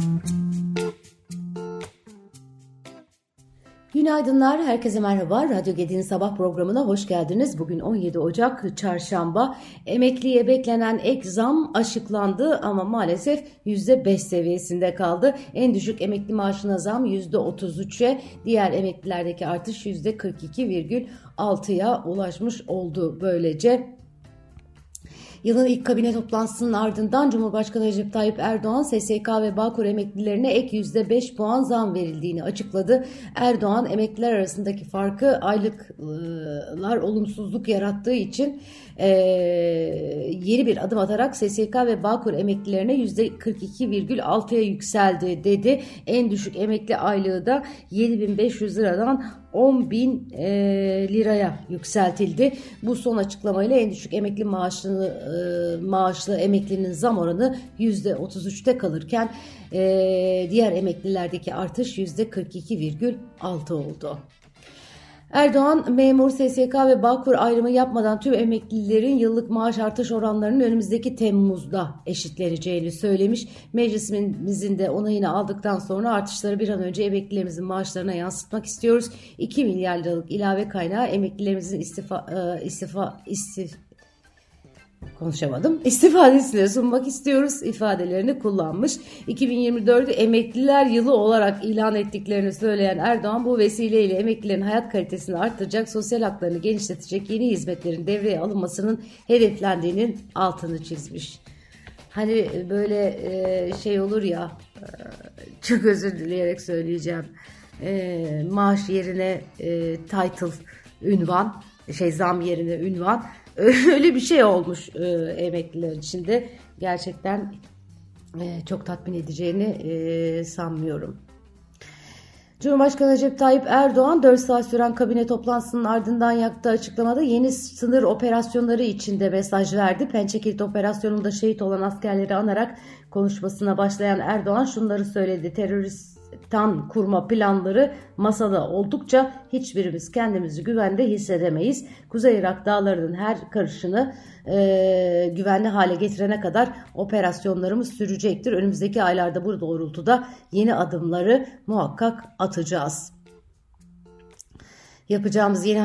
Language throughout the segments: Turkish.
Günaydınlar, herkese merhaba. Radyo Gedi'nin sabah programına hoş geldiniz. Bugün 17 Ocak Çarşamba. Emekliye beklenen ek zam açıklandı ama maalesef %5 seviyesinde kaldı. En düşük emekli maaşına zam %33'e, diğer emeklilerdeki artış %42,6'ya ulaşmış oldu böylece. Yılın ilk kabine toplantısının ardından Cumhurbaşkanı Recep Tayyip Erdoğan, SSK ve Bağkur emeklilerine ek %5 puan zam verildiğini açıkladı. Erdoğan, emekliler arasındaki farkı aylıklar olumsuzluk yarattığı için yeni bir adım atarak SSK ve Bağkur emeklilerine %42,6'ya yükseldi dedi. En düşük emekli aylığı da 7.500 liradan 10.000 liraya yükseltildi. Bu son açıklamayla en düşük emekli maaşlı emeklinin zam oranı %33'te kalırken diğer emeklilerdeki artış %42,6 oldu. Erdoğan, memur, SSK ve Bağkur ayrımı yapmadan tüm emeklilerin yıllık maaş artış oranlarının önümüzdeki Temmuz'da eşitleneceğini söylemiş. Meclisimizin de onayını aldıktan sonra artışları bir an önce emeklilerimizin maaşlarına yansıtmak istiyoruz. 2 milyar liralık ilave kaynağı emeklilerimizin istifadesine sunmak istiyoruz ifadelerini kullanmış. 2024'ü emekliler yılı olarak ilan ettiklerini söyleyen Erdoğan, bu vesileyle emeklilerin hayat kalitesini arttıracak, sosyal haklarını genişletecek yeni hizmetlerin devreye alınmasının hedeflendiğinin altını çizmiş. Hani böyle şey olur ya, çok özür dileyerek söyleyeceğim, maaş yerine title, ünvan, zam yerine ünvan, öyle bir şey olmuş emekliler için de. Gerçekten çok tatmin edeceğini sanmıyorum. Cumhurbaşkanı Recep Tayyip Erdoğan 4 saat süren kabine toplantısının ardından yaptığı açıklamada yeni sınır operasyonları için de mesaj verdi. Pençekilit operasyonunda şehit olan askerleri anarak konuşmasına başlayan Erdoğan şunları söyledi: teröristan kurma planları masada oldukça hiçbirimiz kendimizi güvende hissedemeyiz. Kuzey Irak dağlarının her karışını güvenli hale getirene kadar operasyonlarımız sürecektir. Önümüzdeki aylarda bu doğrultuda yeni adımları muhakkak atacağız. Yapacağımız yeni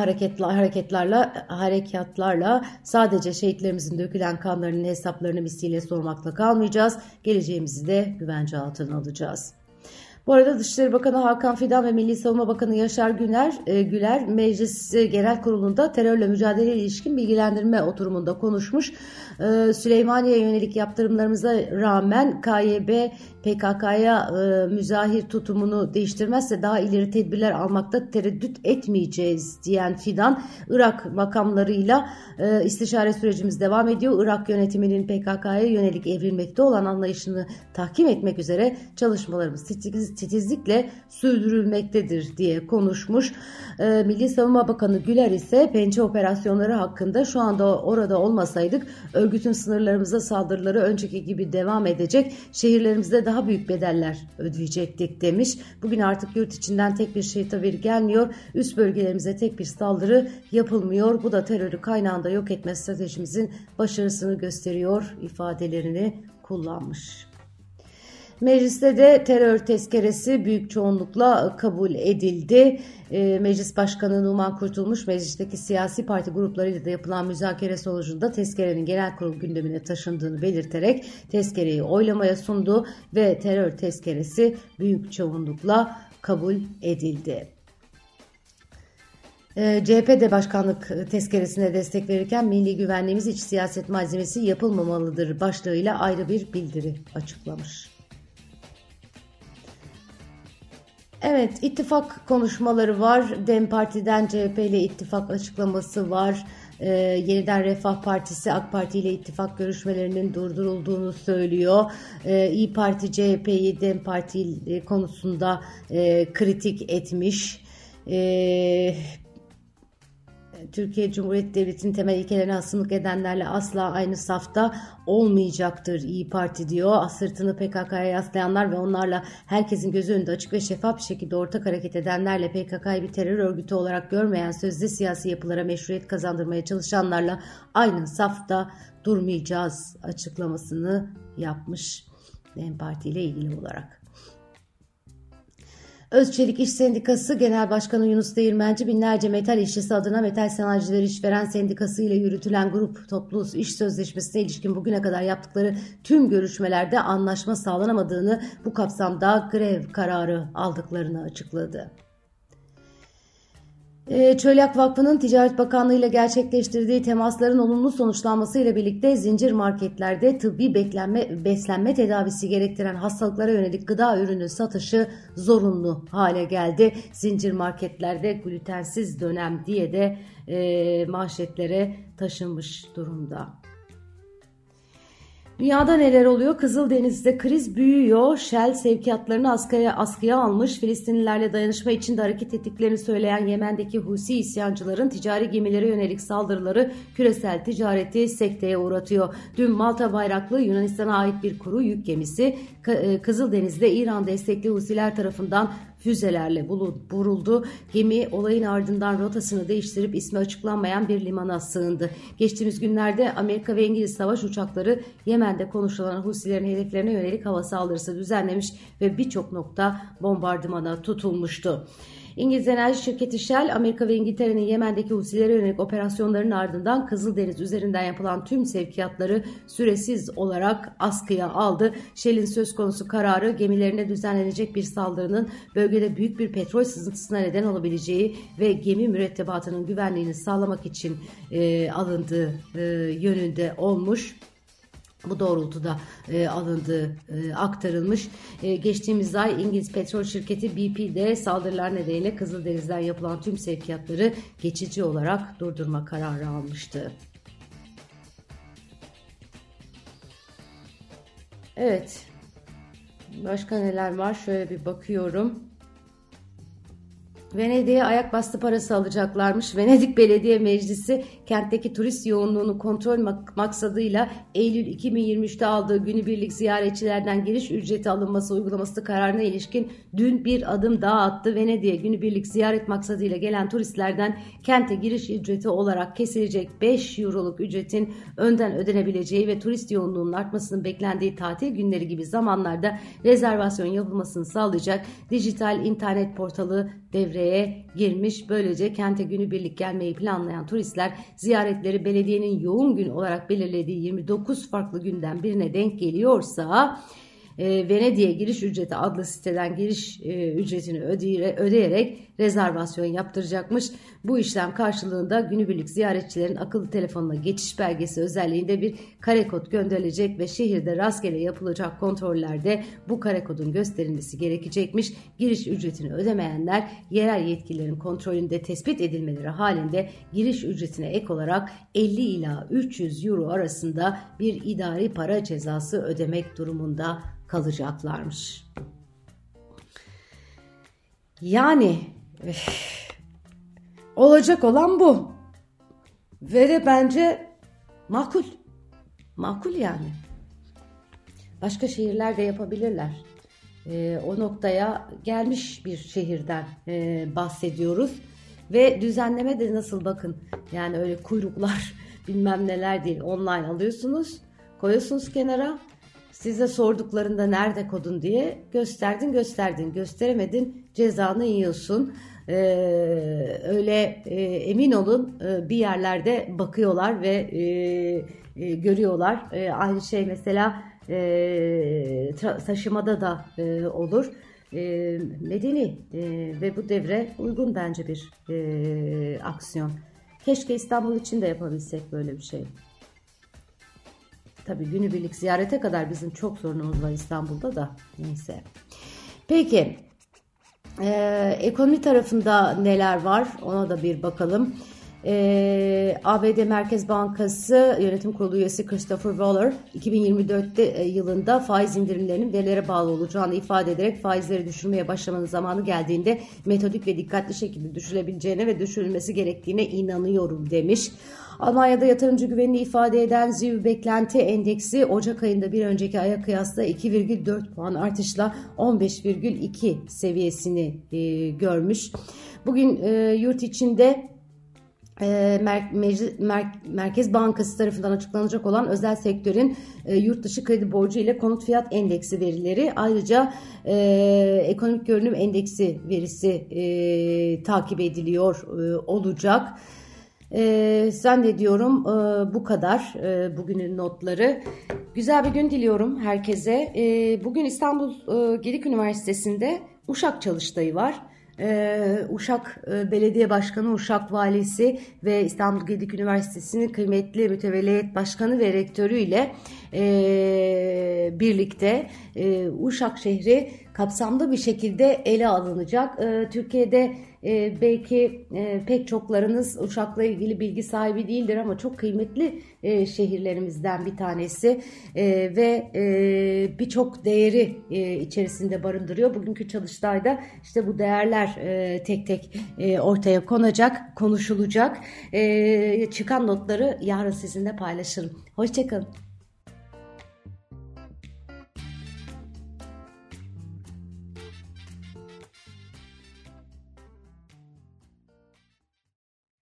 harekatlarla sadece şehitlerimizin dökülen kanlarının hesaplarını misliyle sormakla kalmayacağız. Geleceğimizi de güvence altına alacağız. Bu arada Dışişleri Bakanı Hakan Fidan ve Milli Savunma Bakanı Yaşar Güler Meclis Genel Kurulu'nda terörle mücadele ilişkin bilgilendirme oturumunda konuşmuş. Süleymaniye'ye yönelik yaptırımlarımıza rağmen KYB PKK'ya müzahir tutumunu değiştirmezse daha ileri tedbirler almakta tereddüt etmeyeceğiz diyen Fidan, Irak makamlarıyla istişare sürecimiz devam ediyor. Irak yönetiminin PKK'ya yönelik evrilmekte olan anlayışını tahkim etmek üzere çalışmalarımız titizlikle sürdürülmektedir diye konuşmuş. Milli Savunma Bakanı Güler ise Pençe operasyonları hakkında şu anda orada olmasaydık örgütün sınırlarımıza saldırıları önceki gibi devam edecek, şehirlerimizde daha büyük bedeller ödeyecektik demiş. Bugün artık yurt içinden tek bir şehit haberi gelmiyor. Üst bölgelerimize tek bir saldırı yapılmıyor. Bu da terörü kaynağında yok etme stratejimizin başarısını gösteriyor ifadelerini kullanmış. Mecliste de terör tezkeresi büyük çoğunlukla kabul edildi. Meclis Başkanı Numan Kurtulmuş, meclisteki siyasi parti gruplarıyla da yapılan müzakere sonucunda tezkerenin genel kurul gündemine taşındığını belirterek tezkereyi oylamaya sundu ve terör tezkeresi büyük çoğunlukla kabul edildi. CHP de başkanlık tezkeresine destek verirken milli güvenliğimiz iç siyaset malzemesi yapılmamalıdır başlığıyla ayrı bir bildiri açıklamış. Evet, ittifak konuşmaları var. DEM Parti'den CHP ile ittifak açıklaması var. Yeniden Refah Partisi AK Parti ile ittifak görüşmelerinin durdurulduğunu söylüyor. İYİ Parti CHP'yi DEM Parti konusunda kritik etmiş. Türkiye Cumhuriyeti Devleti'nin temel ilkelerine hasımlık edenlerle asla aynı safta olmayacaktır İYİ Parti diyor. Sırtını PKK'ya yaslayanlar ve onlarla herkesin gözü önünde açık ve şeffaf bir şekilde ortak hareket edenlerle PKK'yı bir terör örgütü olarak görmeyen sözde siyasi yapılara meşruiyet kazandırmaya çalışanlarla aynı safta durmayacağız açıklamasını yapmış DEM Parti ile ilgili olarak. Özçelik İş Sendikası Genel Başkanı Yunus Değirmenci binlerce metal işçisi adına Metal Sanayicileri İşveren Sendikası ile yürütülen grup toplu iş sözleşmesine ilişkin bugüne kadar yaptıkları tüm görüşmelerde anlaşma sağlanamadığını, bu kapsamda grev kararı aldıklarını açıkladı. Çölyak Vakfı'nın Ticaret Bakanlığı ile gerçekleştirdiği temasların olumlu sonuçlanması ile birlikte zincir marketlerde tıbbi beslenme tedavisi gerektiren hastalıklara yönelik gıda ürünü satışı zorunlu hale geldi. Zincir marketlerde glutensiz dönem diye de manşetlere taşınmış durumda. Dünyada neler oluyor? Kızıldeniz'de kriz büyüyor. Shell sevkiyatlarını askıya almış. Filistinlilerle dayanışma için de hareket ettiklerini söyleyen Yemen'deki Husi isyancıların ticari gemilere yönelik saldırıları küresel ticareti sekteye uğratıyor. Dün Malta bayraklı Yunanistan'a ait bir kuru yük gemisi Kızıldeniz'de İran destekli Husiler tarafından füzelerle vuruldu. Gemi olayın ardından rotasını değiştirip ismi açıklanmayan bir limana sığındı. Geçtiğimiz günlerde Amerika ve İngiliz savaş uçakları Yemen'de konuşulan Husilerin hedeflerine yönelik hava saldırısı düzenlemiş ve birçok nokta bombardımana tutulmuştu. İngiliz enerji şirketi Shell, Amerika ve İngiltere'nin Yemen'deki Husilere yönelik operasyonların ardından Kızıldeniz üzerinden yapılan tüm sevkiyatları süresiz olarak askıya aldı. Shell'in söz konusu kararı gemilerine düzenlenecek bir saldırının bölgede büyük bir petrol sızıntısına neden olabileceği ve gemi mürettebatının güvenliğini sağlamak için alındığı yönünde olmuş. Bu doğrultuda alındığı aktarılmış. Geçtiğimiz ay İngiliz petrol şirketi BP'de saldırılar nedeniyle Kızıldeniz'den yapılan tüm sevkiyatları geçici olarak durdurma kararı almıştı. Evet. Başka neler var? Şöyle bir bakıyorum. Venedik'e ayak bastı parası alacaklarmış. Venedik Belediye Meclisi kentteki turist yoğunluğunu kontrol maksadıyla Eylül 2023'te aldığı günübirlik ziyaretçilerden giriş ücreti alınması uygulaması kararına ilişkin dün bir adım daha attı. Venedik'e günübirlik ziyaret maksadıyla gelen turistlerden kente giriş ücreti olarak kesilecek 5 euroluk ücretin önden ödenebileceği ve turist yoğunluğunun artmasının beklendiği tatil günleri gibi zamanlarda rezervasyon yapılmasını sağlayacak dijital internet portalı devreye girmiş. Böylece kente günübirlik gelmeyi planlayan turistler ziyaretleri belediyenin yoğun gün olarak belirlediği 29 farklı günden birine denk geliyorsa Venedik'e giriş ücreti adlı siteden giriş ücretini ödeyerek rezervasyon yaptıracakmış. Bu işlem karşılığında günübirlik ziyaretçilerin akıllı telefonuna geçiş belgesi özelliğinde bir kare kod gönderilecek ve şehirde rastgele yapılacak kontrollerde bu kare kodun gösterilmesi gerekecekmiş. Giriş ücretini ödemeyenler yerel yetkililerin kontrolünde tespit edilmeleri halinde giriş ücretine ek olarak 50 ila 300 euro arasında bir idari para cezası ödemek durumunda kalacaklarmış. Yani olacak olan bu. Ve de bence makul. Makul yani. Başka şehirler de yapabilirler. O noktaya gelmiş bir şehirden bahsediyoruz. Ve düzenleme de nasıl, bakın. Yani öyle kuyruklar bilmem neler değil. Online alıyorsunuz. Koyuyorsunuz kenara. Size sorduklarında nerede kodun diye gösterdin. Gösteremedin, cezanı yiyorsun. Öyle emin olun bir yerlerde bakıyorlar ve görüyorlar. Aynı şey mesela taşımada da olur. Medeni ve bu devre uygun bence bir aksiyon. Keşke İstanbul için de yapabilsek böyle bir şey. Tabii günübirlik ziyarete kadar bizim çok sorunumuz var İstanbul'da da. Neyse. Peki. Ekonomi tarafında neler var? Ona da bir bakalım. ABD Merkez Bankası Yönetim Kurulu üyesi Christopher Waller 2024 yılında faiz indirimlerinin verilere bağlı olacağını ifade ederek faizleri düşürmeye başlamanın zamanı geldiğinde metodik ve dikkatli şekilde düşürülebileceğine ve düşürülmesi gerektiğine inanıyorum demiş. Almanya'da yatırımcı güvenini ifade eden ZÜV beklenti endeksi Ocak ayında bir önceki aya kıyasla 2,4 puan artışla 15,2 seviyesini görmüş. Bugün yurt içinde Merkez Bankası tarafından açıklanacak olan özel sektörün yurt dışı kredi borcu ile konut fiyat endeksi verileri, ayrıca ekonomik görünüm endeksi verisi takip ediliyor olacak. Zannediyorum bu kadar bugünün notları. Güzel bir gün diliyorum herkese. Bugün İstanbul Gedik Üniversitesi'nde Uşak Çalıştayı var. Uşak Belediye Başkanı, Uşak Valisi ve İstanbul Gedik Üniversitesi'nin kıymetli mütevelli başkanı ve rektörü ile birlikte Uşak şehri kapsamlı bir şekilde ele alınacak. Türkiye'de belki pek çoklarınız Uşak'la ilgili bilgi sahibi değildir ama çok kıymetli şehirlerimizden bir tanesi ve birçok değeri içerisinde barındırıyor. Bugünkü çalıştayda işte bu değerler tek tek ortaya konacak, konuşulacak. Çıkan notları yarın sizinle paylaşırım. Hoşçakalın.